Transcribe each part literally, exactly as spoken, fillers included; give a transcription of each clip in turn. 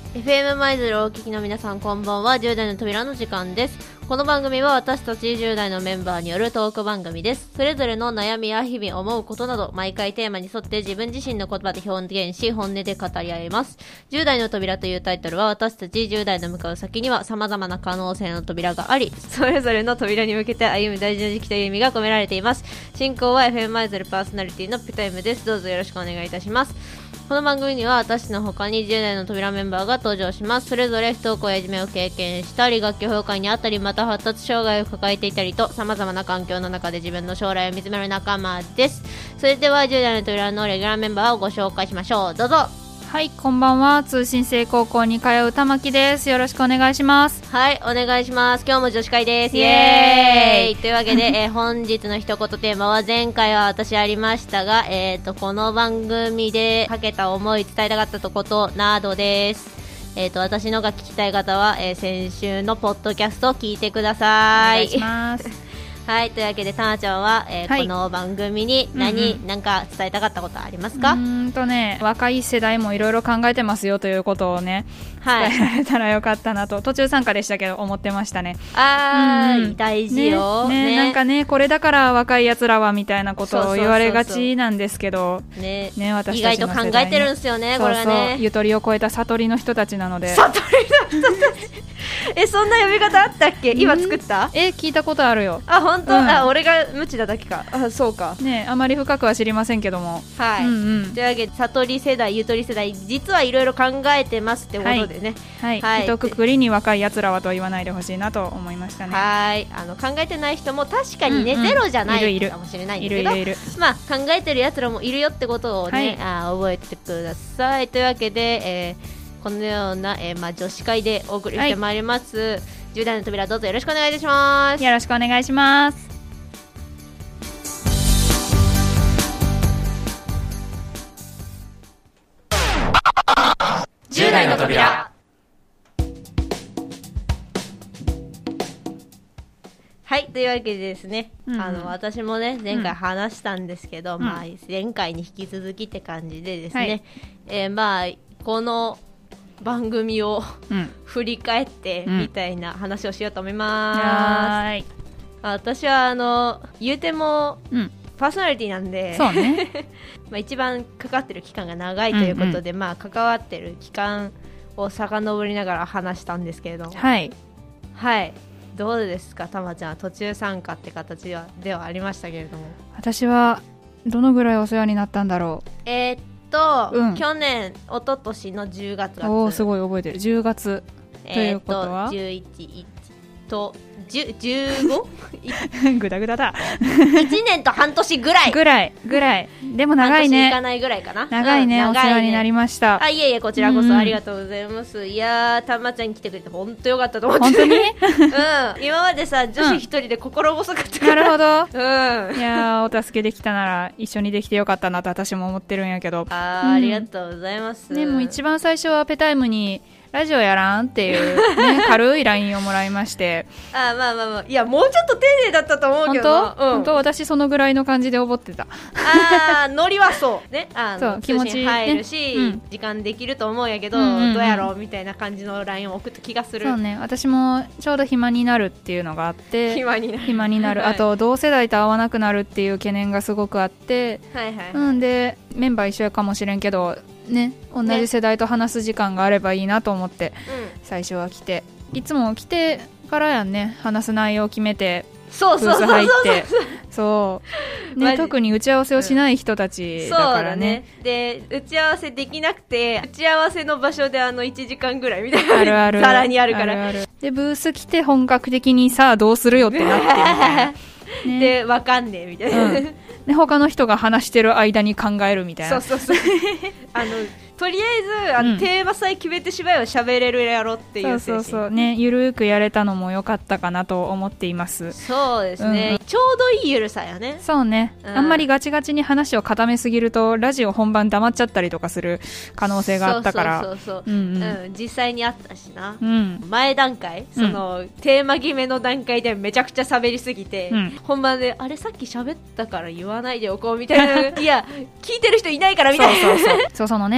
エフエム 舞鶴をお聞きの皆さん、こんばんは。じゅう代の扉の時間です。この番組は私たちじゅう代のメンバーによるトーク番組です。それぞれの悩みや日々思うことなど、毎回テーマに沿って自分自身の言葉で表現し、本音で語り合います。じゅう代の扉というタイトルは、私たちじゅう代の向かう先には様々な可能性の扉があり、それぞれの扉に向けて歩む大事な時期という意味が込められています。進行は エフエム 舞鶴パーソナリティのピタイムです。どうぞよろしくお願いいたします。この番組には私の他にじゅう代の扉メンバーが登場します。それぞれ不登校やいじめを経験したり、学級崩壊にあったり、また発達障害を抱えていたりと、様々な環境の中で自分の将来を見つめる仲間です。それではじゅう代の扉のレギュラーメンバーをご紹介しましょう。どうぞ。 はい、こんばんは。通信制高校に通う玉木です。よろしくお願いします。 はい、お願いします。今日も女子会です。イエーイというわけで、えー、本日の一言テーマは、前回は私ありましたが、えーと、この番組でかけた思い、伝えたかったことなどです。えーと、私のが聞きたい方は、えー、先週のポッドキャストを聞いてください。 お願いします。 はい、というわけで、たなちゃんは、えーはい、この番組に何、うんうん、なんか伝えたかったことありますか？ うーんとね、若い世代もいろいろ考えてますよということをね、はい、伝えられたらよかったなと、途中参加でしたけど思ってましたね。 あー、うん、大事よ、 ねねね、なんかね、これだから若いやつらはみたいなことを言われがちなんですけど、 ねね、私意たちの世代、ね、 外と考えてるんですよね、これはね。そうそう、 ゆとりを超えた悟りの人たちなので。 悟りの人たちえ、そんな呼び方あったっけ？今作った？ え、聞いたことあるよ。 あ、本当？ うん、 あ、俺が無知なだけか。あ、そうか。 ね、あまり深くは知りませんけども。 はい。 うんうん、 というわけで、悟り世代、ゆとり世代、実はいろいろ考えてますってことでね。 はい。はい。一括りに若いやつらはと言わないでほしいなと思いましたね。 はい。あの考えてない人も確かにね、うんうん、ゼロじゃないかもしれないんだけど、いるいるいる、まあ考えてるやつらもいるよってことをね、はい、あ、覚えてください。というわけで、えー、このような、えー、まあ女子会でお送りしてまいります。はい、じゅう代の扉、どうぞよろしくお願いいたします。 よろしくお願いします。 じゅう代の扉。はい、というわけでですね、うん、あの私もね前回話したんですけど、うん、まあ、前回に引き続きって感じでですね、はい、えー、まあこの番組を、うん、振り返ってみたいな話をしようと思います。うん、はい、私はあの言うても、うん、パーソナリティなんで、 そうねまあ一番かかってる期間が長いということで、うんうん、まあ関わってる期間を遡りながら話したんですけれども、 はいはい、どうですか、たまちゃん。途中参加って形では、ではありましたけれども、 私はどのぐらいお世話になったんだろう。 えー、っと、うん、去年一昨年のじゅうがつ、 おー、すごい覚えてる。じゅうがつということは、 えー、っとじゅういちとじゅじゅうごぐだぐだだいちねんと半年ぐらいぐらいぐらいでも長いね。 半年いかないぐらいかな。 長いね、うん、長いね、お世話になりました。 あ、いえいえ、こちらこそありがとうございます。うんうん、いやー、たまちゃん来てくれて本当よかったと思って。 本当にうん、今までさ、女子一人で心細かったから、 うん、なるほど、 うん、 いやー、お助けできたなら一緒にできてよかったなと私も思ってるんやけど、 あー、うん、ありがとうございます。 でも一番最初はペタイムにラジオやらんっていう、ね、軽い ライン をもらいましてあ、まあまあまあ、いや、もうちょっと丁寧だったと思うけどな。 本当、うん、本当、私そのぐらいの感じで覚ってた。 あー、ノリはそうね、あのそう、気持ち入るし、 ね、うん、 時間できると思うんやけど、うんうんうん、どうやろうみたいな感じの ライン を送った気がする。 そうね、私もちょうど暇になるっていうのがあって、 暇になる、 暇になる、はい、あと同世代と会わなくなるっていう懸念がすごくあって、 はいはいはい、 うん、でメンバー一緒やかもしれんけどね、同じ世代と話す時間があればいいなと思って、ね、最初は来て、いつも来てからやんね、話す内容を決めてそうそうそうそうブース入ってそう、ね、特に打ち合わせをしない人たちだからね、 うん、で打ち合わせできなくて、打ち合わせの場所であのいちじかんぐらいみたいなあるあるざらにあるから、 あるあるでブース来て本格的にさあどうするよってなってみたいなね、 でわかんねえみたいな、うん、 で他の人が話してる間に考えるみたいな、 そうそうそうあのとりあえずあの、うん、テーマさえ決めてしまえば喋れるやろっていう精神、 そうそうそうね、ゆるくやれたのも良かったかなと思っています。 そうですね、うん、ちょうどいいゆるさやね。 そうね、うん、あんまりガチガチに話を固めすぎるとラジオ本番黙っちゃったりとかする可能性があったから、 そうそうそうそう、うんうんうん、実際にあったしな、 うん、 前段階その、うん、テーマ決めの段階でめちゃくちゃ喋りすぎて、うん、本番であれさっき喋ったから言わないでおこうみたいないや聞いてる人いないからみたいなそうそうそうそうそのね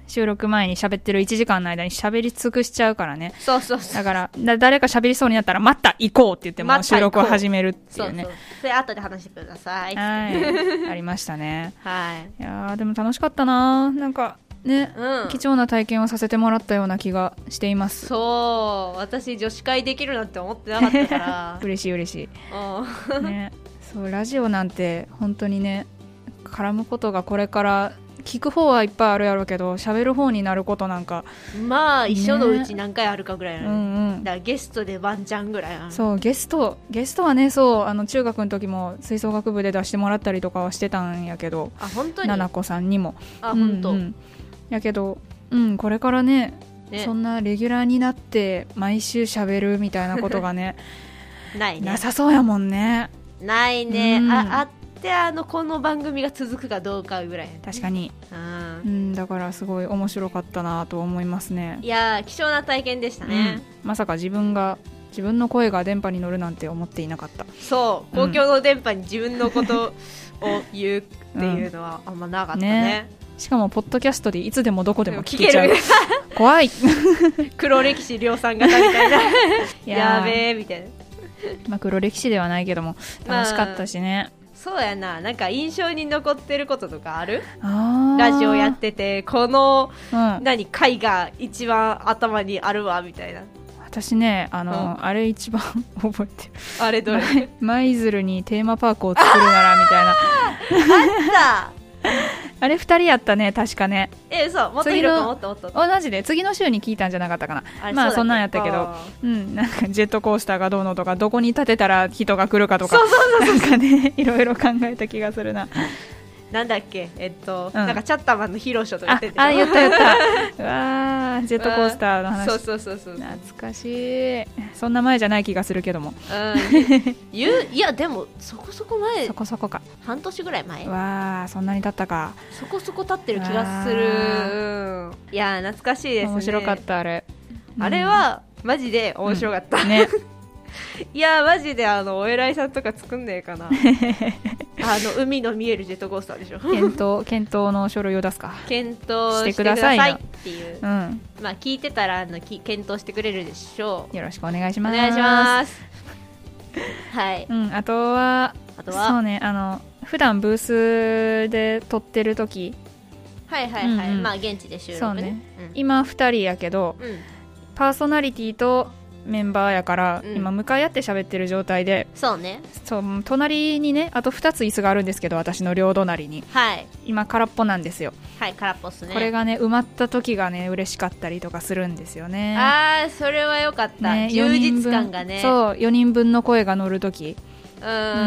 収録前に喋ってるいちじかんの間に喋り尽くしちゃうからね。 そうそうそう。 だからだ誰か喋りそうになったらまた行こうって言ってもう収録を始めるっていうね。 そうそう。それ後で話してください。 はいありましたね。 はい。 いやーでも楽しかったな。なんかね、うん、貴重な体験をさせてもらったような気がしています。 そう、私女子会できるなんて思ってなかったから嬉しい嬉しい、ね、そうラジオなんて本当にね絡むことがこれから聞く方はいっぱいあるやろうけど喋る方になることなんかまあ一緒のうち何回あるかぐらいなの、ね、 うんうん、 だからゲストでワンチャンぐらいなの。 そうゲストゲストはねそうあの中学の時も吹奏楽部で出してもらったりとかはしてたんやけど、 あ本当にななこさんにもあ、うんうん、本当やけど、うん、これから ね, ねそんなレギュラーになって毎週喋るみたいなことがねないねなさそうやもんね。 ないね、うん、ああってあのこの番組が続くかどうかぐらい、ね、 確かに、 うん、 うん、だからすごい面白かったなと思いますね。 いや貴重な体験でしたね、 うん、まさか自分が自分の声が電波に乗るなんて思っていなかった。 そう公共の電波に自分のことを言うっていうのはあんまなかったね、うんね、 しかもポッドキャストでいつでもどこでも聞けちゃう怖い黒歴史量産型みたいなやべえみたいな、 まあ、黒歴史ではないけども楽しかったしね、まあ、 そうやな。なんか印象に残ってることとかある？あラジオやっててこの、うん、何回が一番頭にあるわみたいな。 私ね あの、うん、あれ一番覚えてる。 あれどれ？ 舞鶴にテーマパークを作るならみたいなあったあれふたりやったね確かね。 えー、そうもっと広くもっともっと同じで次の週に聞いたんじゃなかったかな。まあそんなんやったけど、うん、なんかジェットコースターがどうのとかどこに立てたら人が来るかとかそうそうそうそうなんかねいろいろ考えた気がするな。 なんだっけえっと、うん、なんかチャッターマンのヒロショとか言っててああ言った言ったうわジェットコースターの話そうそうそうそう懐かしい。そんな前じゃない気がするけども、 うん、言ういやでもそこそこ前そこそこか半年ぐらい前わそんなに経ったか。 そこそこ経ってる気がする、うん、いや懐かしいですね。 面白かったあれ、 うん、あれはマジで面白かった、 うん、ねいやマジであのお偉いさんとか作んねえかなあの海の見えるジェットコースターでしょ検討検討の書類を出すか検討してくださいっていう、うん、まあ聞いてたらあのき検討してくれるでしょう。 よろしくお願いします。 お願いしますはい、 うん、あとはあとはそうねあの普段ブースで撮ってる時はいはいはい、うんうん、まあ現地で収録ね、そうね、 うん、今ふたりやけど、うん、パーソナリティとメンバーやから、うん、今向かい合って喋ってる状態でそうねそう隣にねあとふたつ椅子があるんですけど私の両隣に、 はい、 今空っぽなんですよ。 はい空っぽっすね。 これがね埋まった時がね嬉しかったりとかするんですよね。 あーそれはよかった、ね、充実感がね。 そうよにんぶんの声が乗る時うん、うん、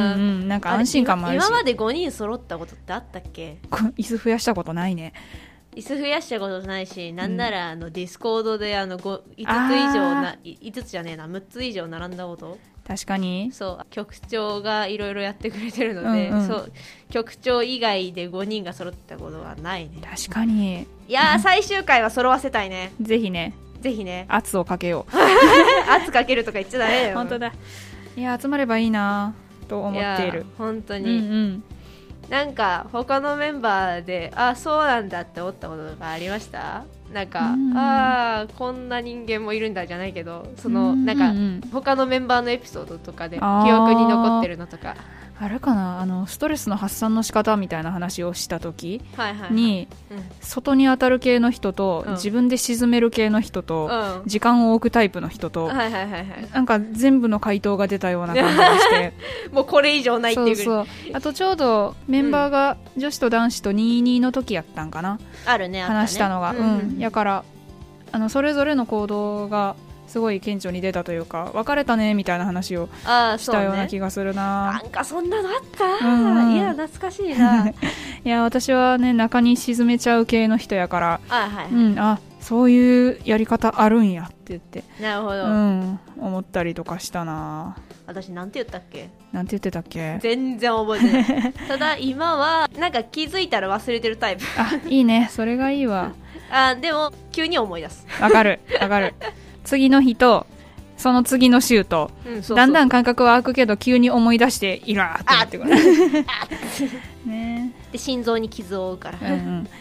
なんか安心感もあるし。 今までごにん揃ったことってあったっけ？ 椅子増やしたことないね。 椅子増やしたことないし、なんならあのディスコードであのいつつ以上ないつつじゃねえなむっつ以上並んだこと。 確かにそう局長がいろいろやってくれてるので、うんうん、そう局長以外でごにんが揃ったことはないね。 確かに。 いやー最終回は揃わせたいね。 ぜひねぜひね圧をかけよう圧かけるとか言っちゃダメよ。 本当だ。いや集まればいいなと思っている。い本当に、うんうん、なんか他のメンバーであそうなんだって思ったこととかありました？なんか、うん、あこんな人間もいるんだじゃないけどその、うん、なんか他のメンバーのエピソードとかで記憶に残ってるのとかあるかな。あのストレスの発散の仕方みたいな話をした時に、はいはいはい、うん、外に当たる系の人と、うん、自分で沈める系の人と、うん、時間を置くタイプの人と、はいはいはいはい、なんか全部の回答が出たような感じがしてもうこれ以上ないっていう。 そうそうあとちょうどメンバーが女子と男子とにたいにの時やったんかな、 あるねあったね話したのが、うんうん、やからあのそれぞれの行動がすごい顕著に出たというか別れたねみたいな話をしたような気がするな。 あ、ね、なんかそんなのあった、うんうん、いや懐かしいないや私はね中に沈めちゃう系の人やからあ、はいはい、 うん、あそういうやり方あるんやって言ってなるほど、 うん、思ったりとかしたな。 私なんて言ったっけなんて言ってたっけ全然覚えてないただ今はなんか気づいたら忘れてるタイプあいいねそれがいいわあでも急に思い出すわかるわかる次の日とその次の週と、うん、そうそうそうだんだん感覚は空くけど急に思い出してイラーってなってくるねで心臓に傷を負うから、うんうん、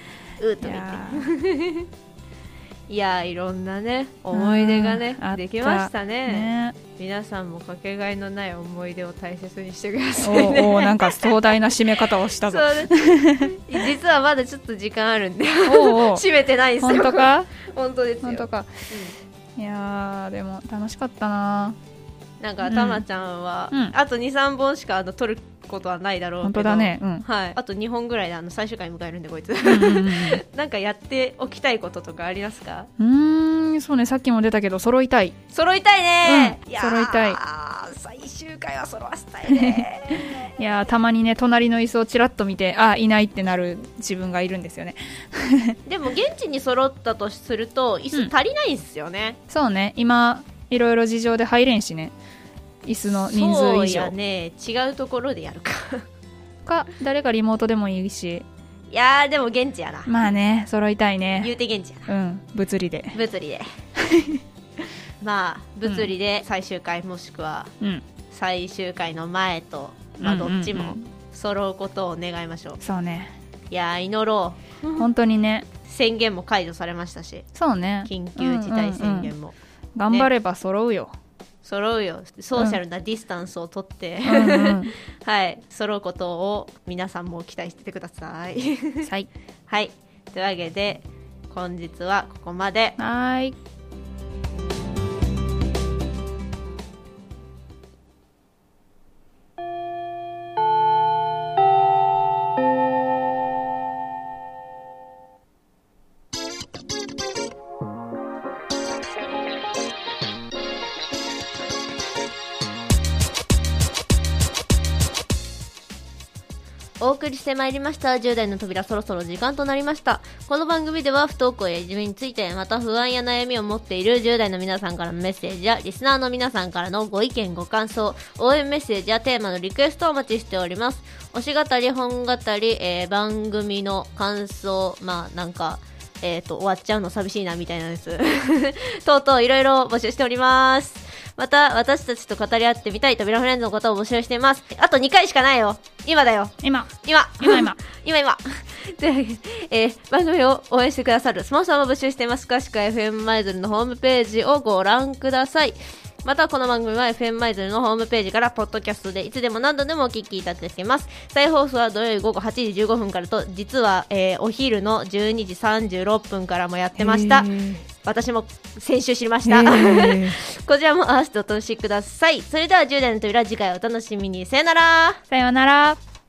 うーっと見ていやーいろんなね思い出がねできました ね, ね皆さんもかけがえのない思い出を大切にしてくださいね。 おおなんか壮大な締め方をしたぞ実はまだちょっと時間あるんでおお締めてないんですよ。 本当か本当ですよ。 本当か、うん、いやーでも楽しかったな。 なんかたまちゃんは、うん、あと にさんぼんしかあの撮ることはないだろうけど本当だね、うんはい、あとにほんぐらいであの最終回迎えるんでこいつ、うんうんうん、なんかやっておきたいこととかありますか？ うーんそうねさっきも出たけど揃いたい揃いたいね、 うん、いや揃いたい最終回は揃わせたいねいやたまにね隣の椅子をちらっと見てあいないってなる自分がいるんですよねでも現地に揃ったとすると椅子足りないんですよね、 うん、そうね今いろいろ事情で入れんしね椅子の人数以上。そうやね違うところでやるかか誰かリモートでもいいし。 いやーでも現地やな。 まあね揃いたいね言うて現地やな。 うん物理で物理でまあ物理で最終回もしくは最終回の前と、まあ、どっちも揃うことを願いましょう、 うんうんうん、そうねいやー祈ろう本当にね宣言も解除されましたしそうね緊急事態宣言も、うんうんうん、 頑張れば揃うよ、ね揃うよソーシャルなディスタンスをとって、うんうんうん、はい揃うことを皆さんも期待しててくださいはい、 はい、というわけで本日はここまで。 はいお送りしてまいりましたじゅう代の扉、そろそろ時間となりました。この番組では不登校やいじめについて、また不安や悩みを持っているじゅう代の皆さんからのメッセージやリスナーの皆さんからのご意見ご感想、応援メッセージやテーマのリクエストをお待ちしております。推し語り本語り、えー、番組の感想、まあなんかえーと終わっちゃうの寂しいなみたいなですとうとういろいろ募集しております。また私たちと語り合ってみたい扉フレンズの方を募集しています。あとにかいしかないよ。今だよ。 今今今今今今というわけで、えー、番組を応援してくださるスポンサーも募集しています。詳しくは エフエム マイズルのホームページをご覧ください。またこの番組は エフエム マイズルのホームページからポッドキャストでいつでも何度でもお聞きいただけます。再放送は土曜日午後はちじじゅうごふんからと、実は、えー、お昼のじゅうにじさんじゅうろっぷんからもやってました。私も先週知りましたこちらも合わせてお楽しみください。それではじゅう代の扉、次回お楽しみに。さよなら。 さよなら。